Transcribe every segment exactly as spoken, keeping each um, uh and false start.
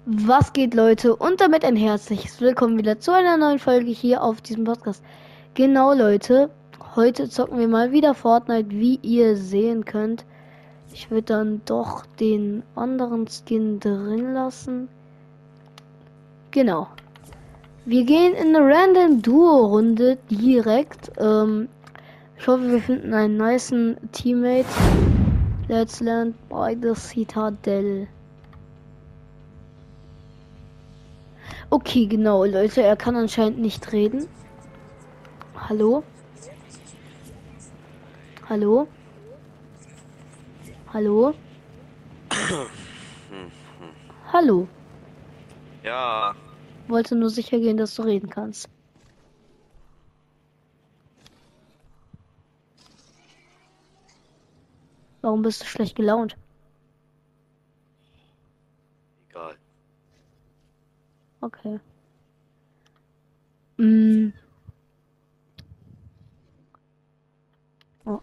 Was geht, Leute? Und damit ein herzliches Willkommen wieder zu einer neuen Folge hier auf diesem Podcast. Genau, Leute, heute zocken wir mal wieder Fortnite, wie ihr sehen könnt. Ich würde dann doch den anderen Skin drin lassen. Genau. Wir gehen in eine random Duo-Runde direkt. Ähm, ich hoffe, wir finden einen nicen Teammate. Let's land by the Citadel. Okay, genau, Leute, er kann anscheinend nicht reden. Hallo? Hallo? Hallo? Hallo? Ja, Wollte nur sicher gehen, dass du reden kannst. Warum bist du schlecht gelaunt? egal. Okay. Mm. Oh.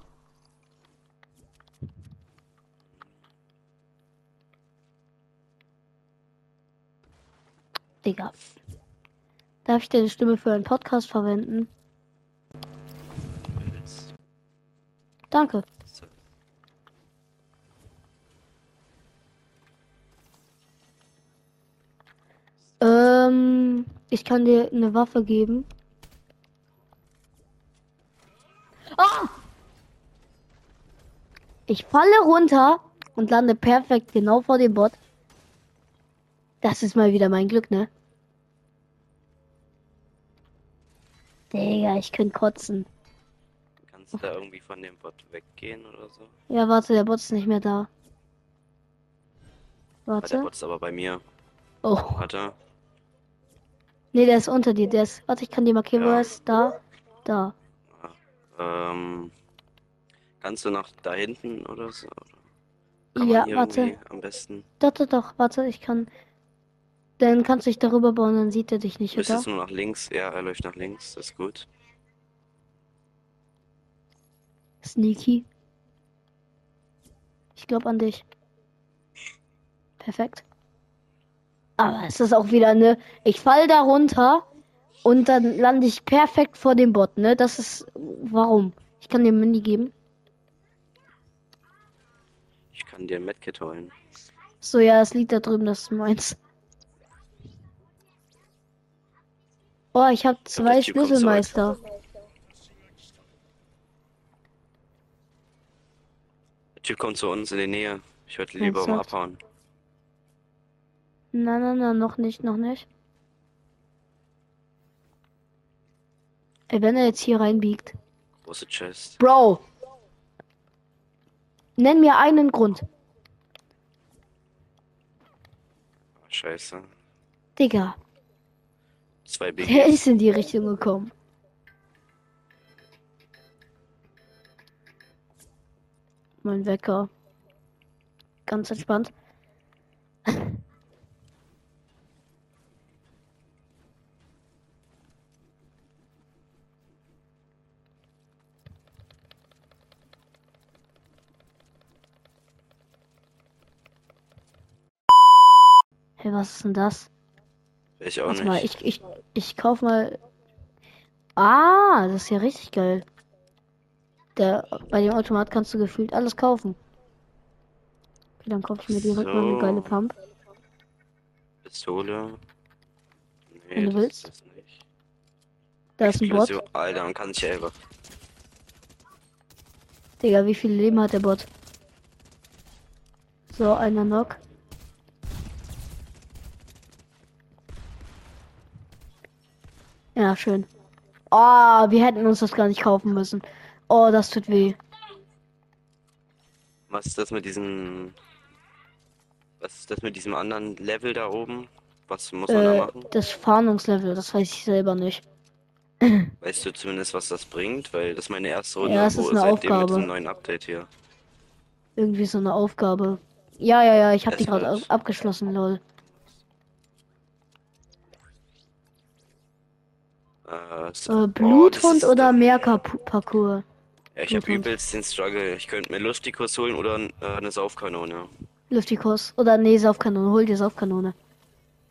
Digga. Darf ich deine Stimme für einen Podcast verwenden? Willst. Danke. So. Ähm, ich kann dir eine Waffe geben. Ah! Ich falle runter und lande perfekt genau vor dem Bot. Das ist mal wieder mein Glück, ne? Digga, ich könnte kotzen. Kannst du da irgendwie von dem Bot weggehen oder so? Ja, warte, der Bot ist nicht mehr da. Ah, der Warte. Bot ist aber bei mir. Oh. Warte. Nee, der ist unter dir. Der ist. Warte, ich kann dir markieren, wo er Ja. ist. Da. Da. Ah, ähm. Kannst du nach da hinten oder so? Oder kann man Ja, hier warte. irgendwie am besten? Doch, doch, doch. Warte, ich kann. Dann kannst du dich darüber bauen, dann sieht er dich nicht, oder? Müsstest nur nach links. Ja, er läuft nach links. Das ist gut. Sneaky. Ich glaube an dich. Perfekt. Aber es ist auch wieder, ne? Ich fall da runter und dann lande ich perfekt vor dem Bot, ne? Das ist. Warum? Ich kann dir ein Mini geben. Ich kann dir ein Medkit holen. So, ja, das liegt da drüben, das ist meins. Oh, ich habe Ich glaub, der zwei Typ kommt zurück. Schlüsselmeister. Der Typ kommt zu uns in die Nähe. Ich würde lieber mal Ernsthaft? abhauen. Nein, nein, nein, noch nicht, noch nicht. Ey, wenn er jetzt hier reinbiegt. Große Chest. Bro! Nenn mir einen Grund. Ah, scheiße. Digga, Zwei der Biggies. ist in die Richtung gekommen. Mein Wecker. Ganz entspannt. Hey, was ist denn das? Weiß ich auch Warte mal, nicht. ich, ich, ich kauf mal. Ah, das ist ja richtig geil. Der, bei dem Automat kannst du gefühlt alles kaufen. Okay, dann kaufe ich mir direkt mal eine geile So. Pump. Pistole. Wenn Nee, du das ist willst. das nicht. Da ist ein Bot. Explosion. Alter, man kann sich selber. Digga, wie viele Leben hat der Bot? So, einer Knock. Ja, schön. Oh, wir hätten uns das gar nicht kaufen müssen. Oh, das tut weh. Was ist das mit diesem. Was ist das mit diesem anderen Level da oben? Was muss man da Äh, machen? das Fahndungslevel, das weiß ich selber nicht. Weißt du zumindest, was das bringt? Weil das ist meine erste Ja, Runde, es ist wo eine seitdem mit Aufgabe. diesem neuen Update hier. Irgendwie so eine Aufgabe. Ja, ja, ja, ich habe die Es gerade wird. abgeschlossen, lol. Äh, so, Äh, oh, das Bluthund ist. oder Äh, Meerparcours? ja, ich habe Bluthund. übelst den Struggle. Ich könnte mir Lustigkurs holen oder äh, eine Saufkanone. Luftikus. Oder nee, Saufkanone. Hol dir Saufkanone.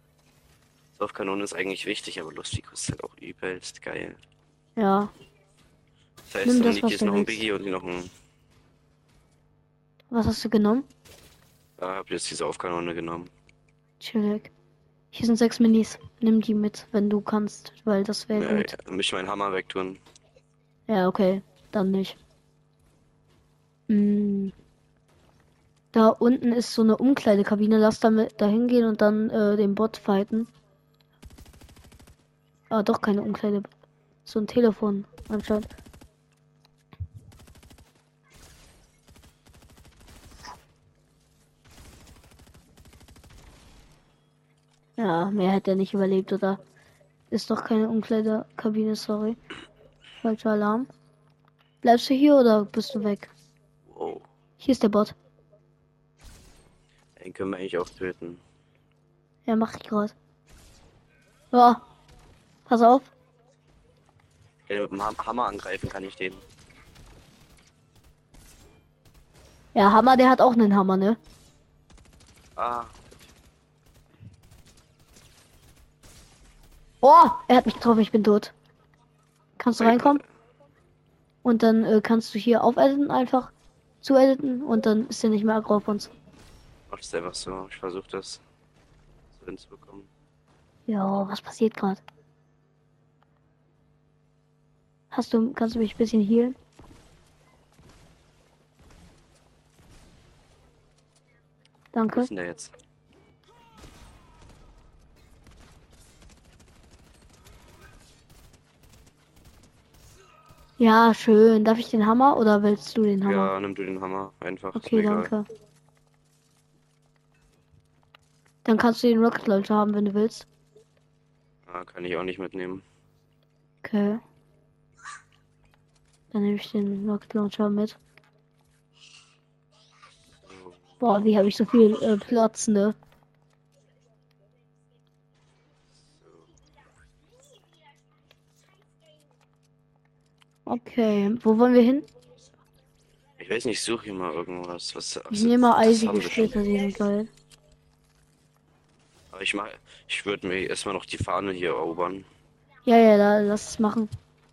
Saufkanone ist eigentlich wichtig, aber Lustikus ist halt auch übelst geil. Ja, Das heißt, nimm dann das, liegt was jetzt du noch ein willst. Biggie und hier noch ein. Was hast du genommen? Da hab ich jetzt die Saufkanone genommen. Chillig. Hier sind sechs Minis. Nimm die mit, wenn du kannst, weil das wäre Ja, ja, gut. mich meinen Hammer wegtun. Ja, okay. Dann nicht. Mm, da unten ist so eine Umkleidekabine. Lass damit da hingehen und dann äh, den Bot fighten. Ah, doch keine Umkleide. So ein Telefon anscheinend. Ja, mehr hätte er nicht überlebt, oder? Ist doch keine Umkleidekabine, sorry. Falscher Alarm. Bleibst du hier oder bist du weg? Wow. Hier ist der Bot. Den können wir eigentlich auch töten. Ja, mach ich gerade. Oh, pass auf. Ja, mit dem Ham- Hammer angreifen kann ich den. Ja, Hammer, der hat auch einen Hammer, ne? Ah, Oh, er hat mich getroffen, ich bin tot. Kannst du wait, reinkommen? Und dann äh, kannst du hier aufediten, einfach zu editen und dann ist er nicht mehr aggro auf uns. mach das einfach so. Ich versuche das so hinzubekommen. Ja, was passiert gerade? Hast du, kannst du mich ein bisschen healen? Wo Danke. ist denn der jetzt? Ja, schön. Darf ich den Hammer oder willst du den Hammer? Ja, nimm du den Hammer. Einfach, ist mir Okay, egal. danke. Dann kannst du den Rocket Launcher haben, wenn du willst. Ah, kann ich auch nicht mitnehmen. Okay. Dann nehme ich den Rocket Launcher mit. So. Boah, wie habe ich so viel äh, Platz, ne? Okay, wo wollen wir hin? Ich weiß nicht, ich suche hier mal irgendwas. Was, Ich was, nehme mal das eisige haben wir schon. Splitter, die sind geil. Aber ich mach, ich würde mir erstmal noch die Fahne hier erobern. Ja, ja, da, lass es machen.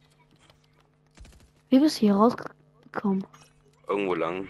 Wie bist du hier rausgekommen? Irgendwo lang.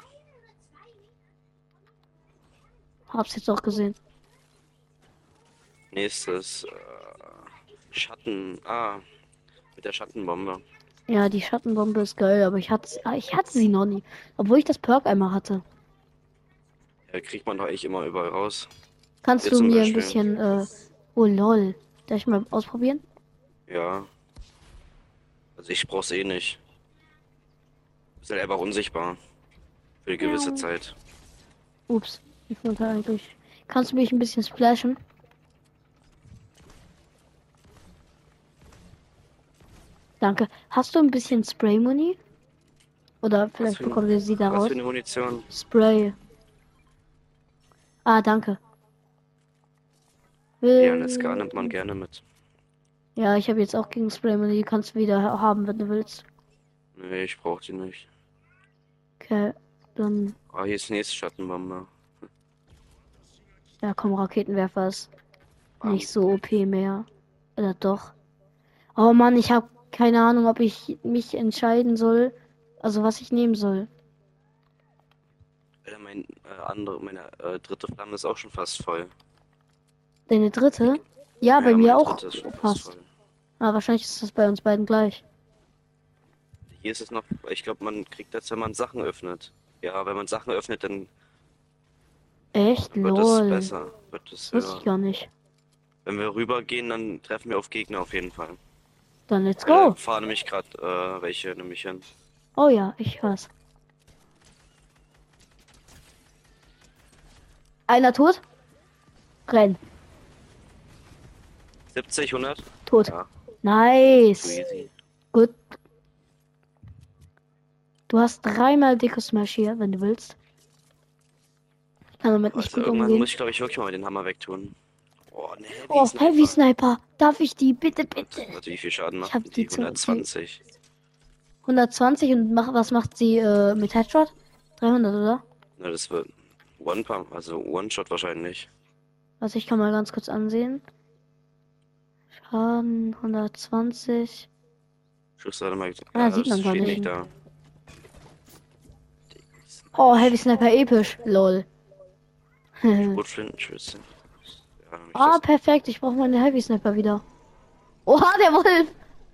Hab's jetzt auch gesehen. Nächstes. Äh, Schatten. Ah, mit der Schattenbombe. Ja, die Schattenbombe ist geil, aber ich hatte, ah, ich hatte sie noch nie. Obwohl ich das Perk einmal hatte. Ja, kriegt man doch eigentlich immer überall raus. Kannst Hier du zum mir ein Beispiel. bisschen, äh, oh lol. Darf ich mal ausprobieren? Ja. Also ich brauch's eh nicht. Ist halt einfach unsichtbar. Für eine gewisse Ja. Zeit. Ups, ich wollte eigentlich. Kannst du mich ein bisschen splashen? Danke. Hast du ein bisschen Spray-Muni? Oder Was vielleicht für, bekommen wir sie was für daraus? eine Munition? Spray. Ah, danke. Ja, eine Ska nimmt man Will... gerne mit. Ja, ich habe jetzt auch gegen Spray-Muni. Die kannst du wieder ha- haben, wenn du willst. Nee, ich brauch die nicht. Okay, dann. Ah, hier ist die nächste Schattenbombe. Ja, komm, Raketenwerfer ist Ah, nicht so O P mehr. Oder doch? Oh Mann, ich habe keine Ahnung, ob ich mich entscheiden soll. Also, was ich nehmen soll. Alter, mein äh, andere, meine äh, dritte Flamme ist auch schon fast voll. Deine dritte? Ja, bei Ja, mir meine auch dritte ist schon fast fast. voll. Ah, wahrscheinlich ist das bei uns beiden gleich. Hier ist es noch, ich glaube, man kriegt das, wenn man Sachen öffnet. Ja, wenn man Sachen öffnet, dann Echt? wird es Lol. besser. Wird es Das wusste ich höher. gar nicht. Wenn wir rübergehen, dann treffen wir auf Gegner auf jeden Fall. Dann let's Weil da go. fahren nämlich gerade äh, welche nämlich hin. Oh ja, ich hör's. Einer tot? Renn. siebzig, hundert? Tot. Ja, Nice. easy. Gut. Du hast dreimal Dicke Smash hier, wenn du willst. Ich kann damit nicht Also gut irgendwann umgehen. muss ich, glaube ich, wirklich mal den Hammer wegtun. Oh, ein Heavy Oh, Heavy Sniper. Sniper. Darf ich die? Bitte, bitte. Warte, warte, wie viel Schaden Ich macht hab denn die die? zu. Die hundertzwanzig. hundertzwanzig und mach, was macht sie äh, mit Headshot? dreihundert, oder? Na, das wird One-Pump, also One-Shot wahrscheinlich. Also ich kann mal ganz kurz ansehen. Schaden hundertzwanzig. Schussrate mal. Ah, Ah, sieht man das gar steht nicht. nicht da. Oh, Heavy Sniper episch. Lol. Schrotflintenschüsse. Ja, nicht Ah, das. perfekt. Ich brauche meine Heavy Sniper wieder. Oha, der Wolf.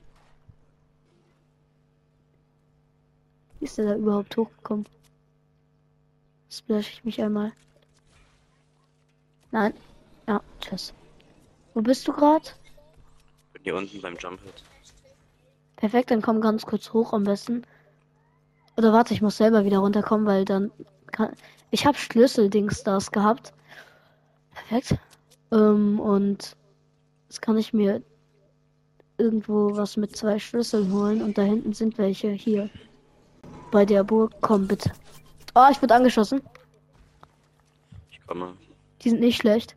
Wie ist der da überhaupt hochgekommen? Splash ich mich einmal. Nein. Ja, tschüss. Wo bist du gerade? Bin hier unten beim Jump Hit. Perfekt, dann komm ganz kurz hoch am besten. Oder warte, ich muss selber wieder runterkommen, weil dann kann... Ich habe Schlüsseldings das gehabt. Perfekt. Ähm, und jetzt kann ich mir irgendwo was mit zwei Schlüsseln holen und da hinten sind welche. Hier. Bei der Burg. Komm, bitte. Oh, ich wurde angeschossen. Ich komme. Die sind nicht schlecht.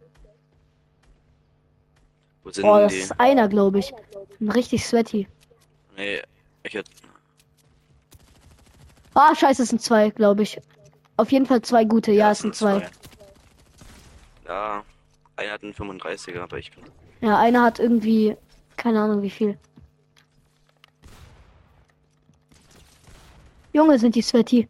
Wo sind Oh, denn das die? ist einer, glaube ich. Ein richtig sweaty. Nee, ich hätte. Ah, scheiße, es sind zwei, glaube ich. Auf jeden Fall zwei gute. Ja, es sind zwei. Ja, einer hat einen fünfunddreißiger, aber ich kann. Ja, einer hat irgendwie, keine Ahnung wie viel. Junge, sind die sweaty.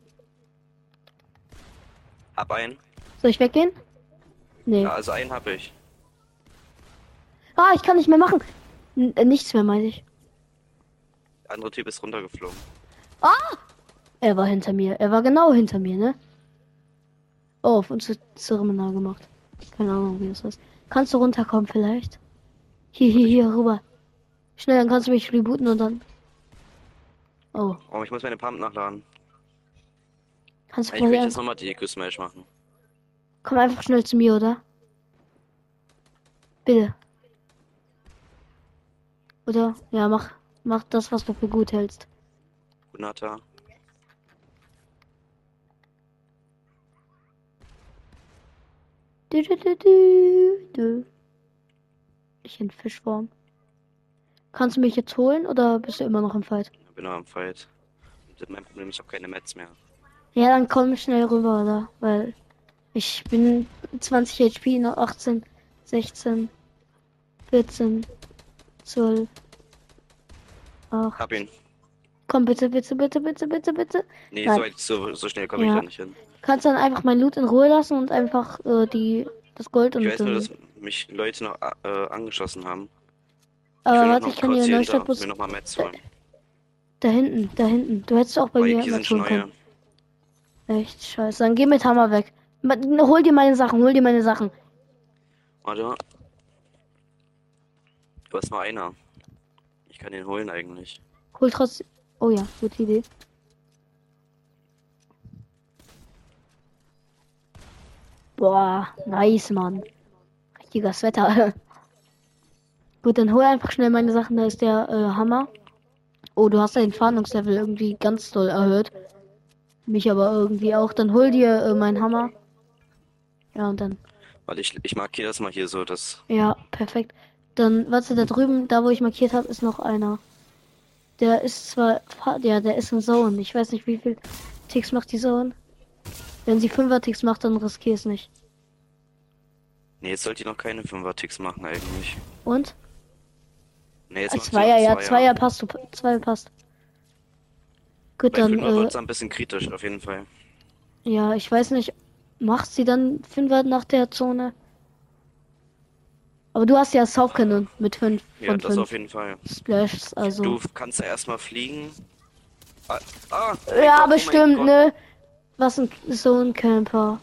Hab einen. Soll ich weggehen? Nee. Ja, also einen habe ich. Ah, ich kann nicht mehr machen. N äh, nichts mehr, meine ich. Der andere Typ ist runtergeflogen. Er war hinter mir. Er war genau hinter mir, ne? Oh, auf uns wird Zeremonial gemacht. Keine Ahnung, wie das ist. Kannst du runterkommen vielleicht? Hier, hier, hier, rüber. Schnell, dann kannst du mich rebooten und dann... Oh, Oh, ich muss meine Pump nachladen. kannst du Eigentlich will ich vielleicht... jetzt nochmal die E Q-Smash machen. Komm einfach schnell zu mir, oder? Bitte. Oder? Ja, mach, mach das, was du für gut hältst. Gunata. Du, du, du, du, du. Ich in Fischform. Kannst du mich jetzt holen oder bist du immer noch im Fight? Ich bin noch am Fight. Und mein Problem ist, ich habe keine Mets mehr. Ja, dann komm schnell rüber, oder? Weil ich bin zwanzig H P, noch achtzehn, sechzehn, vierzehn, zwölf, acht. Hab ihn. Komm bitte, bitte, bitte, bitte, bitte, bitte. Nee, Nein. so, weit- so, so schnell komme ich Ja. da nicht hin. Kannst dann einfach mein Loot in Ruhe lassen und einfach äh, die das Gold und Ich weiß nur, dann. dass mich Leute noch äh, angeschossen haben. Aber will noch warte, mal ich kann kurz hier hier Neustadt hinter mir nochmal Mets holen. Da hinten, da hinten. Du hättest auch bei Aber mir hier mal sind schon tun können. neue. Echt scheiße. Dann geh mit Hammer weg. Ma- Hol dir meine Sachen, hol dir meine Sachen. Warte. Du hast mal einer. Ich kann den holen eigentlich. Hol trotzdem. Oh ja, gute Idee. Boah, nice, Mann. Richtiges Wetter. Gut, dann hol einfach schnell meine Sachen. Da ist der äh, Hammer. Oh, du hast dein Fahndungslevel irgendwie ganz doll erhöht. Mich aber irgendwie auch. Dann hol dir äh, meinen Hammer. Ja, und dann. Weil ich, ich markiere das mal hier so, dass. Ja, perfekt. Dann, warte, da drüben, da wo ich markiert habe, ist noch einer. Der ist zwar. fa- Ja, der ist ein Zone. Ich weiß nicht, wie viel Ticks macht die Zone. Wenn sie fünfer Ticks macht, dann riskier es nicht. Nee, jetzt sollte ich noch keine fünfer-Ticks machen eigentlich. Und? Nee, jetzt Ah, macht sie Zweier, noch ja, Zweier. Zweier passt. du- Zweier passt. Gut, Bei dann. Fünfer Äh, wird es ein bisschen kritisch, auf jeden Fall. ja, ich weiß nicht. Macht sie dann Fünfer nach der Zone? Aber du hast ja South Cannon mit fünf Ja, von das auf fünf jeden Fall. Splashes, also. Du kannst ja erstmal fliegen. Ah, ah, oh mein Ja, Gott, oh mein bestimmt, Gott. ne? Was ein so ein Camper.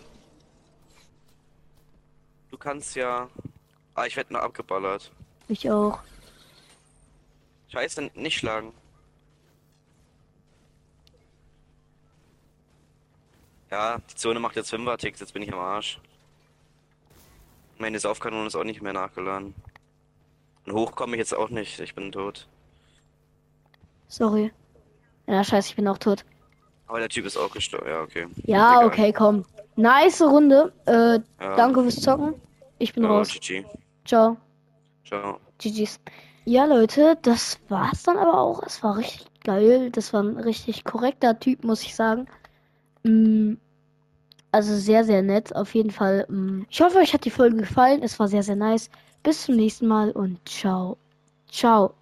Du kannst ja. Ah, ich werde nur abgeballert. Ich auch. Scheiße, nicht schlagen. Ja, die Zone macht jetzt Fünfer-Ticks, jetzt bin ich am Arsch. Meine Saufkanone ist auch nicht mehr nachgeladen. Und hoch komme ich jetzt auch nicht, ich bin tot. Sorry. Ja, scheiße, ich bin auch tot. Aber der Typ ist auch gestorben, ja, okay. Ja, Egal. okay, komm. Nice Runde. Äh, Ja. danke fürs Zocken. Ich bin Ja, raus. G G. Ciao. Ciao. G Gs. Ja, Leute, das war's dann aber auch. Es war richtig geil. Das war ein richtig korrekter Typ, muss ich sagen. Mm, also sehr, sehr nett. Auf jeden Fall. Mm. Ich hoffe, euch hat die Folge gefallen. Es war sehr, sehr nice. Bis zum nächsten Mal und ciao. Ciao.